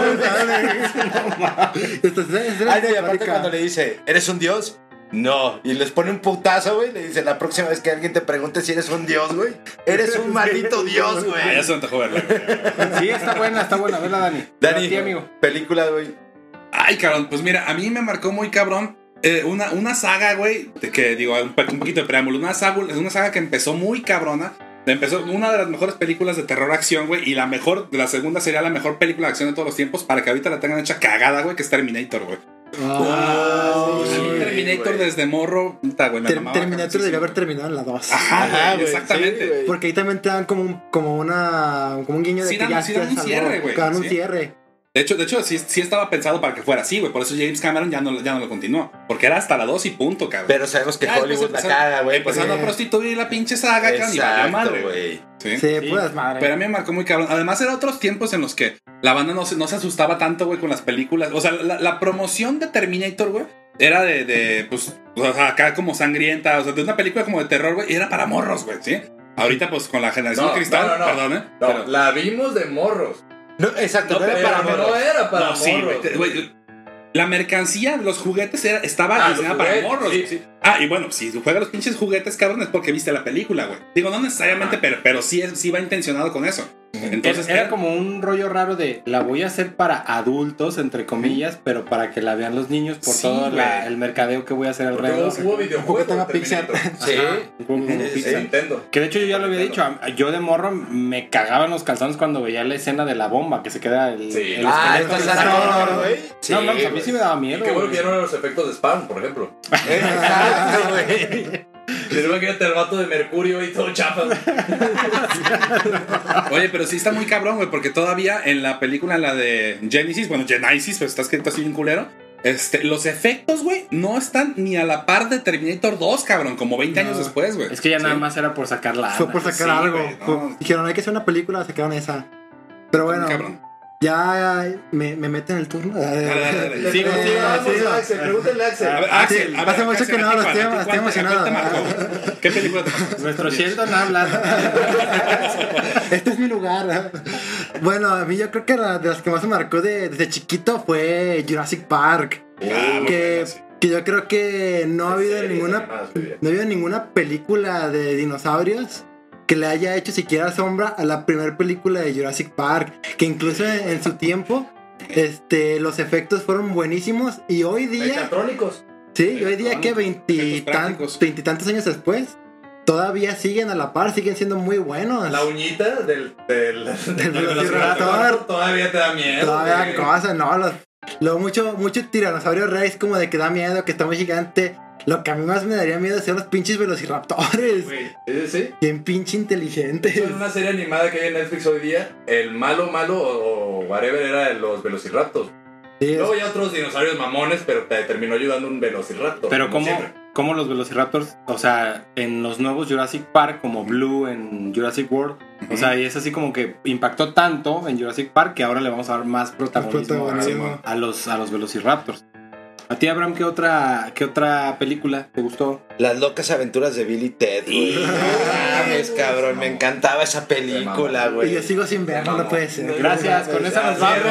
Ay, no, y aparte cuando le dice, ¿eres un dios? No, y les pone un putazo, güey. Le dice, la próxima vez que alguien te pregunte si eres un dios, güey, eres un maldito dios, Ah, ya güey. se me antojó verla, güey. Sí, está buena, vela, Dani. Dani, A ti, amigo. película, güey. Ay, cabrón, pues mira, a mí me marcó muy cabrón una saga, güey, que digo, un poquito de preámbulo, una saga que empezó muy cabrona. Empezó una de las mejores películas de terror acción, güey, y la segunda sería la mejor película de acción de todos los tiempos, para que ahorita la tengan hecha cagada, güey, que es Terminator, güey. Terminator desde morro. Terminator debió haber terminado en la 2. Ajá, exactamente. Porque ahí también te dan como un guiño de sí, que ya sí dan un cierre, güey. Dan un cierre. De hecho, sí estaba pensado para que fuera así, güey. Por eso James Cameron ya no lo continuó. Porque era hasta la 2 y punto, cabrón. Pero sabemos que Hollywood la caga, güey. Empezando a prostituir la pinche saga, cabrón. Y valió madre, güey. Sí, pues madre. Pero a mí me marcó muy cabrón. Además, eran otros tiempos en los que la banda no se asustaba tanto, güey, con las películas. O sea, la promoción de Terminator, güey, era pues, o sea, acá como sangrienta. O sea, de una película como de terror, güey. Y era para morros, güey, ¿sí? Ahorita, pues, con la generación de cristal, perdón, No, la vimos de morros. No, exacto, no era para morros. Sí, güey. La mercancía, los juguetes estaba diseñada para morros. Sí. Y bueno, si tú juegas los pinches juguetes, cabrón, es porque viste la película, güey. Digo, no necesariamente, pero sí va intencionado con eso. Entonces era como un rollo raro de la voy a hacer para adultos, entre comillas, pero para que la vean los niños por todo el mercadeo que voy a hacer alrededor. Hubo videojuegos de Pixar. Sí. Nintendo. Que de hecho yo ya lo había dicho, yo de morro me cagaba en los calzones cuando veía la escena de la bomba, que se queda el esqueleto. güey. No, mames, a mí sí me daba miedo. Qué bueno que ya no eran los efectos de Spawn, por ejemplo. Exacto, güey. Imagínate el vato de Mercurio y todo chafa. Oye, pero sí está muy cabrón, güey, porque todavía en la película, la de Genesis, pues está escrito así bien culero. Los efectos, güey, no están ni a la par de Terminator 2, cabrón, como 20 años después, güey. Es que ya nada más era por sacarla. Fue por sacar algo. Güey, Dijeron, hay que hacer una película, sacaron esa. Pero bueno, ya me meten el turno. Sigo. Axel, pregúntale a Axel. Axel, hace mucho que no, estoy emocionado. ¿Qué película te marcó? Nuestro Sheldon habla. Este es mi lugar. Bueno, a mí yo creo que de las que más me marcó desde chiquito fue Jurassic Park. Que yo creo que no ha habido ninguna película de dinosaurios que le haya hecho siquiera sombra a la primera película de Jurassic Park, que incluso en su tiempo los efectos fueron buenísimos y hoy día Mecatrónicos. Sí, hoy día que veintitantos años después todavía siguen a la par, siguen siendo muy buenos. La uñita del Velociraptor todavía te da miedo. Todavía cosa, no, mucho tiranosaurio rex como de que da miedo, que está muy gigante. Lo que a mí más me daría miedo son los pinches velociraptores. ¿Sí? Bien pinche inteligentes. En una serie animada que hay en Netflix hoy día, el malo o whatever era los velociraptors. Sí, luego hay otros dinosaurios mamones, pero te terminó ayudando un velociraptor. Pero ¿cómo los velociraptors, o sea, en los nuevos Jurassic Park, como Blue en Jurassic World, o sea, y es así como que impactó tanto en Jurassic Park que ahora le vamos a dar más protagonismo a los velociraptors. ¿A ti, Abraham, qué otra película te gustó? Las locas aventuras de Bill y Ted, güey. Mames, cabrón, me encantaba esa película, güey. Y yo sigo sin verla, no puede ser. Gracias, con esa nos vamos.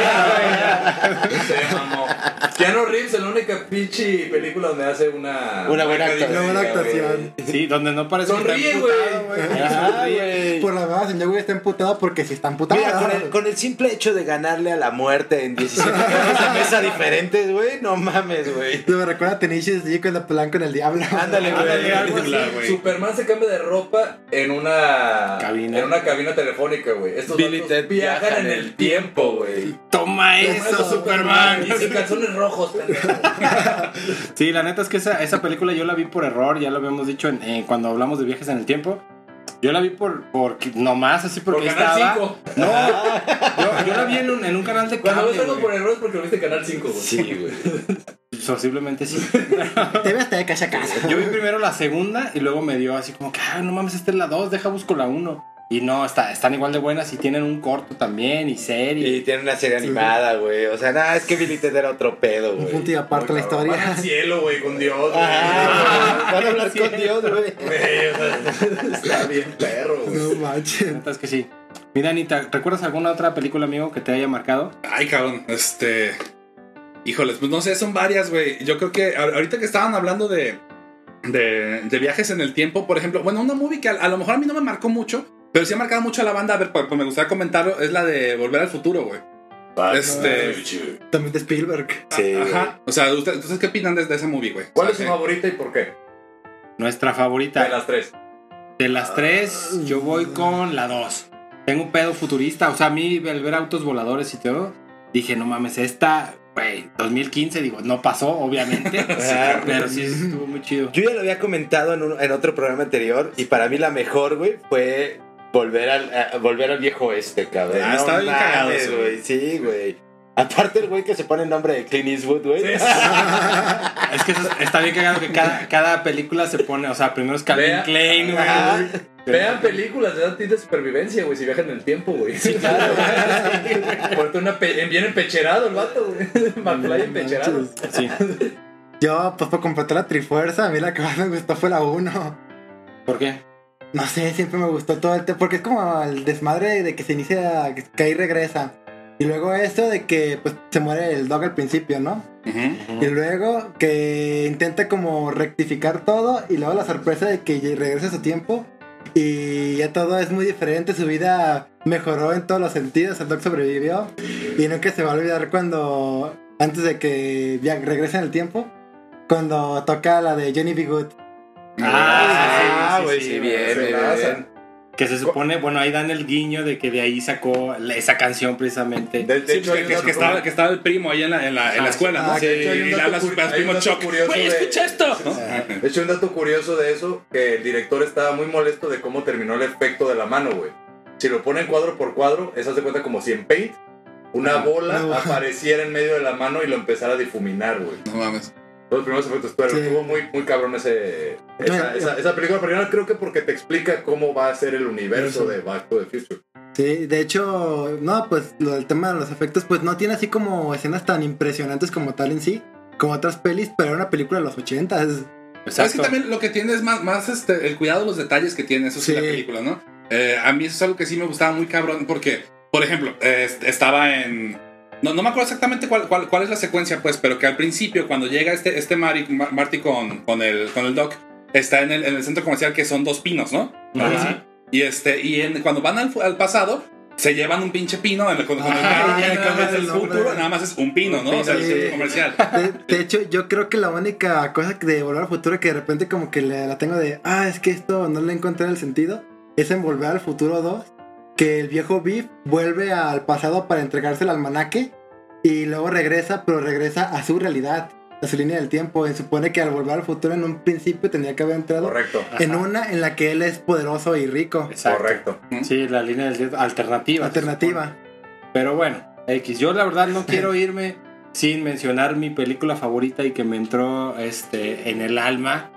Se mamó. Keanu Reeves es la única pinche película donde hace una buena actuación. Sí, donde no parece sonríe, güey. Por la verdad, señor güey está emputado porque sí está emputado. Mira, con el simple hecho de ganarle a la muerte en 17 juegos de mesa diferentes, güey, no mames, güey. Me recuerda a Tenacious D con la plan con el diablo. Ándale, güey. Superman se cambia de ropa en una cabina telefónica, güey. Estos vatos viajan en el tiempo, güey. Toma eso, Superman. Y sin calzones rojos, pendejo. Sí, la neta es que esa película yo la vi por error, ya lo habíamos dicho cuando hablamos de viajes en el tiempo. Yo la vi por nomás, así porque por Canal estaba. 5. No, yo la vi en un canal de cable. Cuando ves algo por error es porque lo viste en Canal 5, güey. Sí, güey. Posiblemente sí. Te ves de casa a casa. Yo vi primero la segunda y luego me dio así como que, no mames, esta es la 2, deja busco la 1. Y no, están igual de buenas y tienen un corto también y serie. Y tienen una serie animada, güey. O sea, nada, es que Bill y Ted era otro pedo, güey. Un punto y aparte la historia. Van al cielo, güey, con Dios, güey. Van a hablar con Dios, güey. Está bien perro, güey. No manches. La neta es que sí. Mira, Anita, ¿recuerdas alguna otra película, amigo, que te haya marcado? Ay, cabrón, híjoles, pues no sé, son varias, güey. Yo creo que ahorita que estaban hablando de viajes en el tiempo, por ejemplo, bueno, una movie que a lo mejor a mí no me marcó mucho, pero sí ha marcado mucho a la banda. A ver, pues me gustaría comentarlo. Es la de Volver al Futuro, güey. También de Spielberg. Sí. Ajá. O sea, ¿ustedes qué opinan de esa movie, güey? ¿Cuál es su favorita y por qué? Nuestra favorita. De las tres. De las tres, yo voy con la 2. Tengo un pedo futurista. O sea, a mí, al ver autos voladores y todo, dije, no mames, esta. güey, 2015, digo, no pasó, obviamente, pero sí estuvo muy chido. Yo ya lo había comentado en otro programa anterior, y para mí la mejor, güey, fue volver al viejo cabrón. Ah, estaba bien cagado, güey. Sí, güey. Aparte el güey que se pone el nombre de Clint Eastwood, güey. Sí. Es que está bien cagado que cada película se pone, o sea, primero es Calvin Klein, güey. Vean películas de supervivencia, güey, si viajan en el tiempo, güey. Sí, claro. Bien empecherado el vato, güey. McFly empecherado. Sí. Yo, pues, por completar la Trifuerza, a mí la que más me gustó fue la 1. ¿Por qué? No sé, siempre me gustó todo el tema, porque es como el desmadre de que se inicia, que ahí regresa. Y luego esto de que pues se muere el Dog al principio, ¿no? Y luego que intenta como rectificar todo, y luego la sorpresa de que regresa a su tiempo y ya todo es muy diferente, su vida mejoró en todos los sentidos, el Dog sobrevivió y nunca se va a olvidar cuando, antes de que ya regrese en el tiempo, cuando toca la de Johnny B. Good. Sí, bien. Que se supone, bueno, ahí dan el guiño de que de ahí sacó esa canción precisamente. De hecho, que estaba el primo ahí en la escuela, ¿no? Sí, y le habla a su primo Chuck. ¡Güey, escucha esto! De hecho, un dato curioso de eso, que el director estaba muy molesto de cómo terminó el efecto de la mano, güey. Si lo ponen cuadro por cuadro, eso hace cuenta como si en Paint una bola apareciera en medio de la mano y lo empezara a difuminar, güey. No mames. Los primeros efectos, pero estuvo muy cabrón esa película, pero creo que porque te explica cómo va a ser el universo de Back to the Future. Sí, de hecho, no, pues lo del tema de los efectos, pues no tiene así como escenas tan impresionantes como tal en sí, como otras pelis, pero era una película de los 80. ¿Sabes que también lo que tiene es más el cuidado de los detalles que tiene, eso sí, la película, ¿no? A mí eso es algo que sí me gustaba muy cabrón, porque, por ejemplo, estaba en... No me acuerdo exactamente cuál es la secuencia, pues, pero que al principio, cuando llega este Marty con el Doc, está en el centro comercial, que son 2 pinos, ¿no? Ajá. Y cuando van al pasado, se llevan un pinche pino con el futuro, nada más es un pino, ¿no? O sea, el centro comercial. De hecho, yo creo que la única cosa de Volver al Futuro que de repente como que la tengo de, es que esto no le encontré el sentido, es en Volver al Futuro 2. Que el viejo Biff vuelve al pasado para entregarse el almanaque y luego regresa, pero regresa a su realidad, a su línea del tiempo. Y supone que al volver al futuro en un principio tendría que haber entrado en una en la que él es poderoso y rico. Exacto. Correcto. Sí, la línea del tiempo alternativa. Pero bueno, yo la verdad no quiero irme sin mencionar mi película favorita y que me entró en el alma.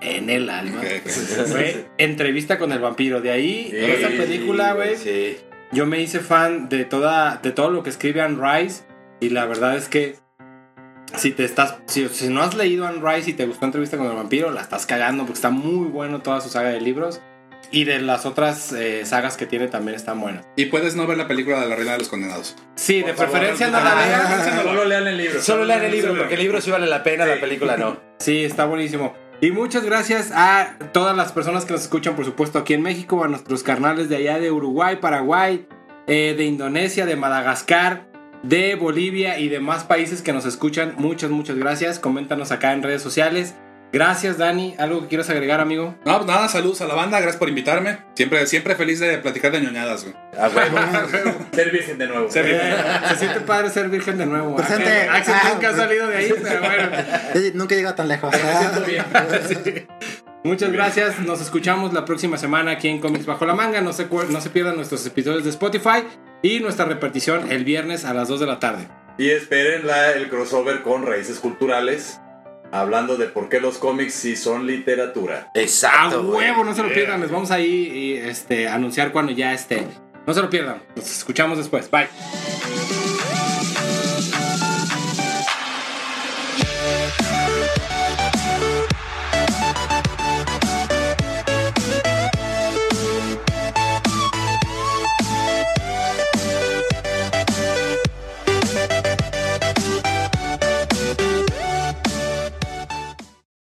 Fue Entrevista con el vampiro. De ahí, esa película, güey. Sí. Yo me hice fan de todo lo que escribe Anne Rice. Y la verdad es que si no has leído Anne Rice y te gustó Entrevista con el vampiro, la estás cagando, porque está muy bueno toda su saga de libros. Y de las otras sagas que tiene también están buenas. Y puedes no ver la película de La Reina de los Condenados. Sí, de preferencia no la vean. Solo lean el libro. Solo lean el libro, porque el libro sí vale la pena, la película no. Sí, está buenísimo. Y muchas gracias a todas las personas que nos escuchan, por supuesto, aquí en México, a nuestros carnales de allá de Uruguay, Paraguay, de Indonesia, de Madagascar, de Bolivia y demás países que nos escuchan. Muchas gracias. Coméntanos acá en redes sociales. Gracias, Dani. ¿Algo que quieras agregar, amigo? No, pues nada, saludos a la banda, gracias por invitarme. Siempre feliz de platicar de ñoñadas, güey. Ser virgen de nuevo. Se siente padre ser virgen de nuevo. Axel nunca ha salido de ahí, pero bueno. Nunca llega tan lejos. Sí. Muchas gracias. Nos escuchamos la próxima semana aquí en Comics Bajo la Manga. No se pierdan nuestros episodios de Spotify y nuestra repetición el viernes a las 2 de la tarde. Y esperen el crossover con Raíces Culturales, hablando de por qué los cómics sí son literatura. Exacto. A huevo, no se lo pierdan. Les vamos ahí a anunciar cuando ya esté. No se lo pierdan. Nos escuchamos después. Bye.